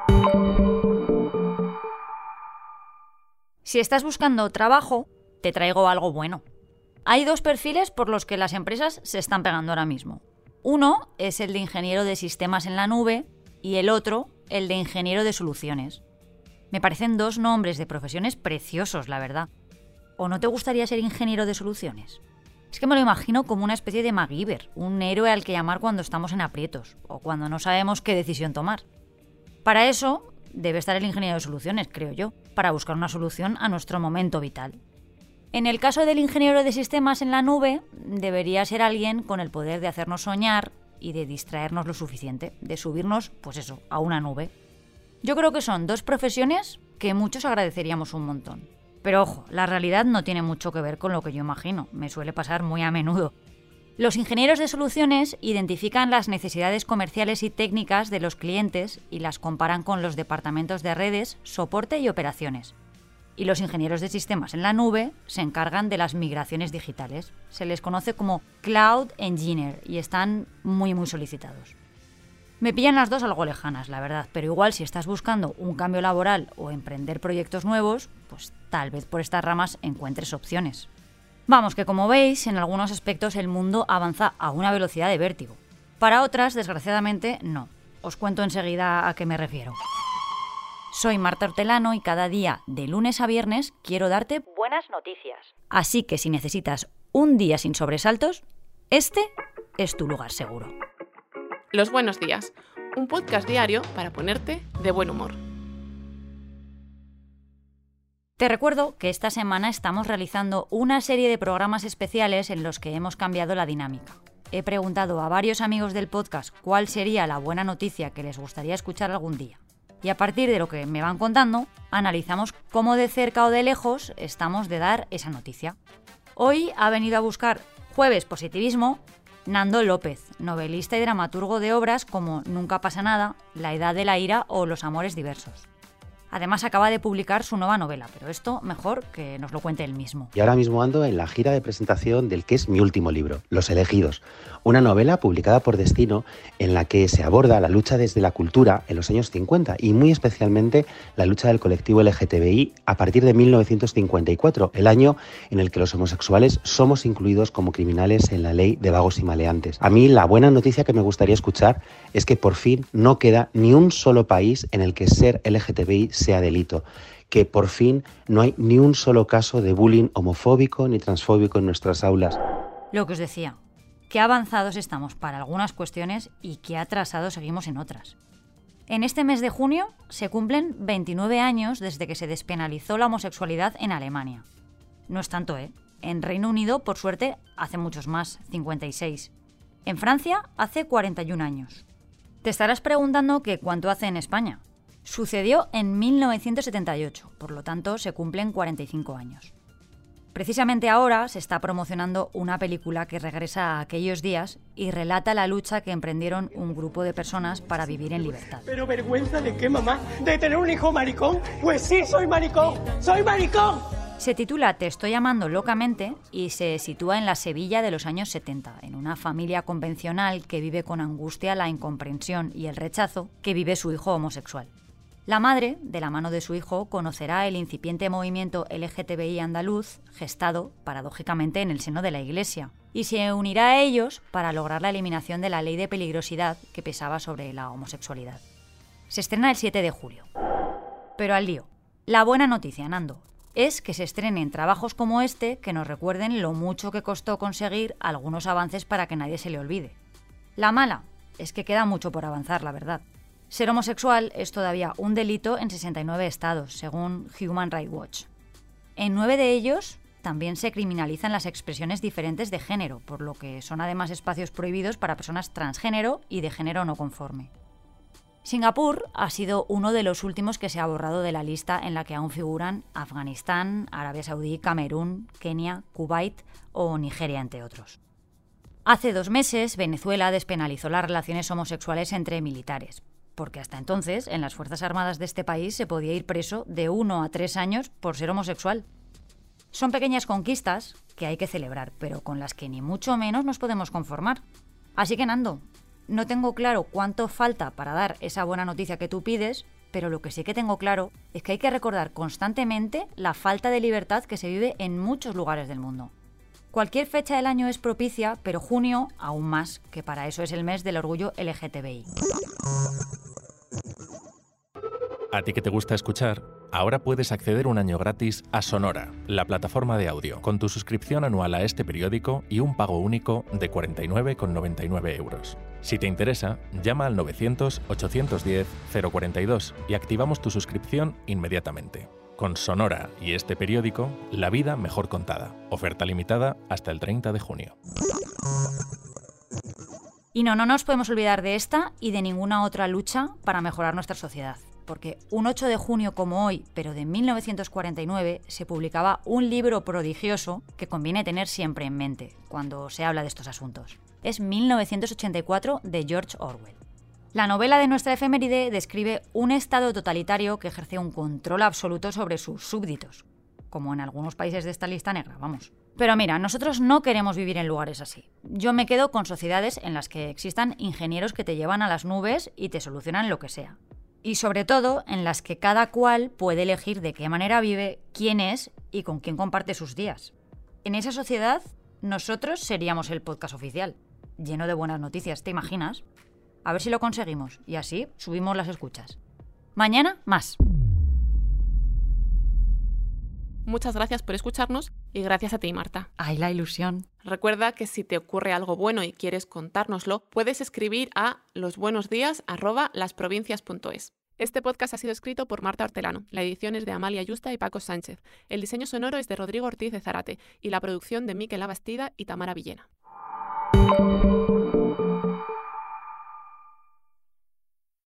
Si estás buscando trabajo, te traigo algo bueno. Hay dos perfiles por los que las empresas se están pegando ahora mismo. Uno es el de ingeniero de sistemas en la nube y el otro, el de ingeniero de soluciones. Me parecen dos nombres de profesiones preciosos, la verdad. ¿O no te gustaría ser ingeniero de soluciones? Es que me lo imagino como una especie de MacGyver, un héroe al que llamar cuando estamos en aprietos o cuando no sabemos qué decisión tomar. Para eso debe estar el ingeniero de soluciones, creo yo, para buscar una solución a nuestro momento vital. En el caso del ingeniero de sistemas en la nube, debería ser alguien con el poder de hacernos soñar y de distraernos lo suficiente, de subirnos, a una nube. Yo creo que son dos profesiones que muchos agradeceríamos un montón. Pero ojo, la realidad no tiene mucho que ver con lo que yo imagino, me suele pasar muy a menudo. Los ingenieros de soluciones identifican las necesidades comerciales y técnicas de los clientes y las comparan con los departamentos de redes, soporte y operaciones. Y los ingenieros de sistemas en la nube se encargan de las migraciones digitales. Se les conoce como Cloud Engineer y están muy solicitados. Me pillan las dos algo lejanas, la verdad, pero igual si estás buscando un cambio laboral o emprender proyectos nuevos, pues tal vez por estas ramas encuentres opciones. Vamos, que como veis, en algunos aspectos el mundo avanza a una velocidad de vértigo. Para otras, desgraciadamente, no. Os cuento enseguida a qué me refiero. Soy Marta Hortelano y cada día, de lunes a viernes, quiero darte buenas noticias. Así que si necesitas un día sin sobresaltos, este es tu lugar seguro. Los buenos días, un podcast diario para ponerte de buen humor. Te recuerdo que esta semana estamos realizando una serie de programas especiales en los que hemos cambiado la dinámica. He preguntado a varios amigos del podcast cuál sería la buena noticia que les gustaría escuchar algún día. Y a partir de lo que me van contando, analizamos cómo de cerca o de lejos estamos de dar esa noticia. Hoy ha venido a buscar Jueves Positivismo Nando López, novelista y dramaturgo de obras como Nunca pasa nada, La edad de la ira o Los amores diversos. Además acaba de publicar su nueva novela, pero esto mejor que nos lo cuente él mismo. Y ahora mismo ando en la gira de presentación del que es mi último libro, Los elegidos, una novela publicada por Destino en la que se aborda la lucha desde la cultura en los años 50 y muy especialmente la lucha del colectivo LGTBI a partir de 1954, el año en el que los homosexuales somos incluidos como criminales en la ley de vagos y maleantes. A mí la buena noticia que me gustaría escuchar es que por fin no queda ni un solo país en el que ser LGTBI sea delito, que por fin no hay ni un solo caso de bullying homofóbico ni transfóbico en nuestras aulas. Lo que os decía, qué avanzados estamos para algunas cuestiones y qué atrasados seguimos en otras. En este mes de junio se cumplen 29 años desde que se despenalizó la homosexualidad en Alemania. No es tanto, ¿eh? En Reino Unido, por suerte, hace muchos más, 56. En Francia, hace 41 años. Te estarás preguntando que cuánto hace en España. Sucedió en 1978, por lo tanto se cumplen 45 años. Precisamente ahora se está promocionando una película que regresa a aquellos días y relata la lucha que emprendieron un grupo de personas para vivir en libertad. ¿Pero vergüenza de qué, mamá? ¿De tener un hijo maricón? Pues sí, soy maricón. ¡Soy maricón! Se titula Te estoy amando locamente y se sitúa en la Sevilla de los años 70, en una familia convencional que vive con angustia la incomprensión y el rechazo que vive su hijo homosexual. La madre, de la mano de su hijo, conocerá el incipiente movimiento LGTBI andaluz, gestado, paradójicamente, en el seno de la Iglesia, y se unirá a ellos para lograr la eliminación de la ley de peligrosidad que pesaba sobre la homosexualidad. Se estrena el 7 de julio. Pero al lío. La buena noticia, Nando, es que se estrenen trabajos como este que nos recuerden lo mucho que costó conseguir algunos avances para que nadie se le olvide. La mala es que queda mucho por avanzar, la verdad. Ser homosexual es todavía un delito en 69 estados, según Human Rights Watch. En 9 de ellos también se criminalizan las expresiones diferentes de género, por lo que son además espacios prohibidos para personas transgénero y de género no conforme. Singapur ha sido uno de los últimos que se ha borrado de la lista en la que aún figuran Afganistán, Arabia Saudí, Camerún, Kenia, Kuwait o Nigeria, entre otros. Hace 2 meses, Venezuela despenalizó las relaciones homosexuales entre militares, porque hasta entonces en las Fuerzas Armadas de este país se podía ir preso de 1 a 3 años por ser homosexual. Son pequeñas conquistas que hay que celebrar, pero con las que ni mucho menos nos podemos conformar. Así que, Nando, no tengo claro cuánto falta para dar esa buena noticia que tú pides, pero lo que sí que tengo claro es que hay que recordar constantemente la falta de libertad que se vive en muchos lugares del mundo. Cualquier fecha del año es propicia, pero junio aún más, que para eso es el mes del orgullo LGTBI. A ti que te gusta escuchar, ahora puedes acceder un año gratis a Sonora, la plataforma de audio, con tu suscripción anual a este periódico y un pago único de 49,99 euros. Si te interesa, llama al 900-810-042 y activamos tu suscripción inmediatamente. Con Sonora y este periódico, la vida mejor contada. Oferta limitada hasta el 30 de junio. Y no nos podemos olvidar de esta y de ninguna otra lucha para mejorar nuestra sociedad. Porque un 8 de junio como hoy, pero de 1949, se publicaba un libro prodigioso que conviene tener siempre en mente cuando se habla de estos asuntos. Es 1984 de George Orwell. La novela de nuestra efeméride describe un estado totalitario que ejerce un control absoluto sobre sus súbditos, como en algunos países de esta lista negra, vamos. Pero mira, nosotros no queremos vivir en lugares así. Yo me quedo con sociedades en las que existan ingenieros que te llevan a las nubes y te solucionan lo que sea. Y sobre todo, en las que cada cual puede elegir de qué manera vive, quién es y con quién comparte sus días. En esa sociedad, nosotros seríamos el podcast oficial, lleno de buenas noticias, ¿te imaginas? A ver si lo conseguimos y así subimos las escuchas. Mañana, más. Muchas gracias por escucharnos y gracias a ti, Marta. ¡Ay, la ilusión! Recuerda que si te ocurre algo bueno y quieres contárnoslo, puedes escribir a losbuenosdias@lasprovincias.es. Este podcast ha sido escrito por Marta Hortelano, la edición es de Amalia Yusta y Paco Sánchez, el diseño sonoro es de Rodrigo Ortiz de Zárate y la producción de Miquel Abastida y Tamara Villena.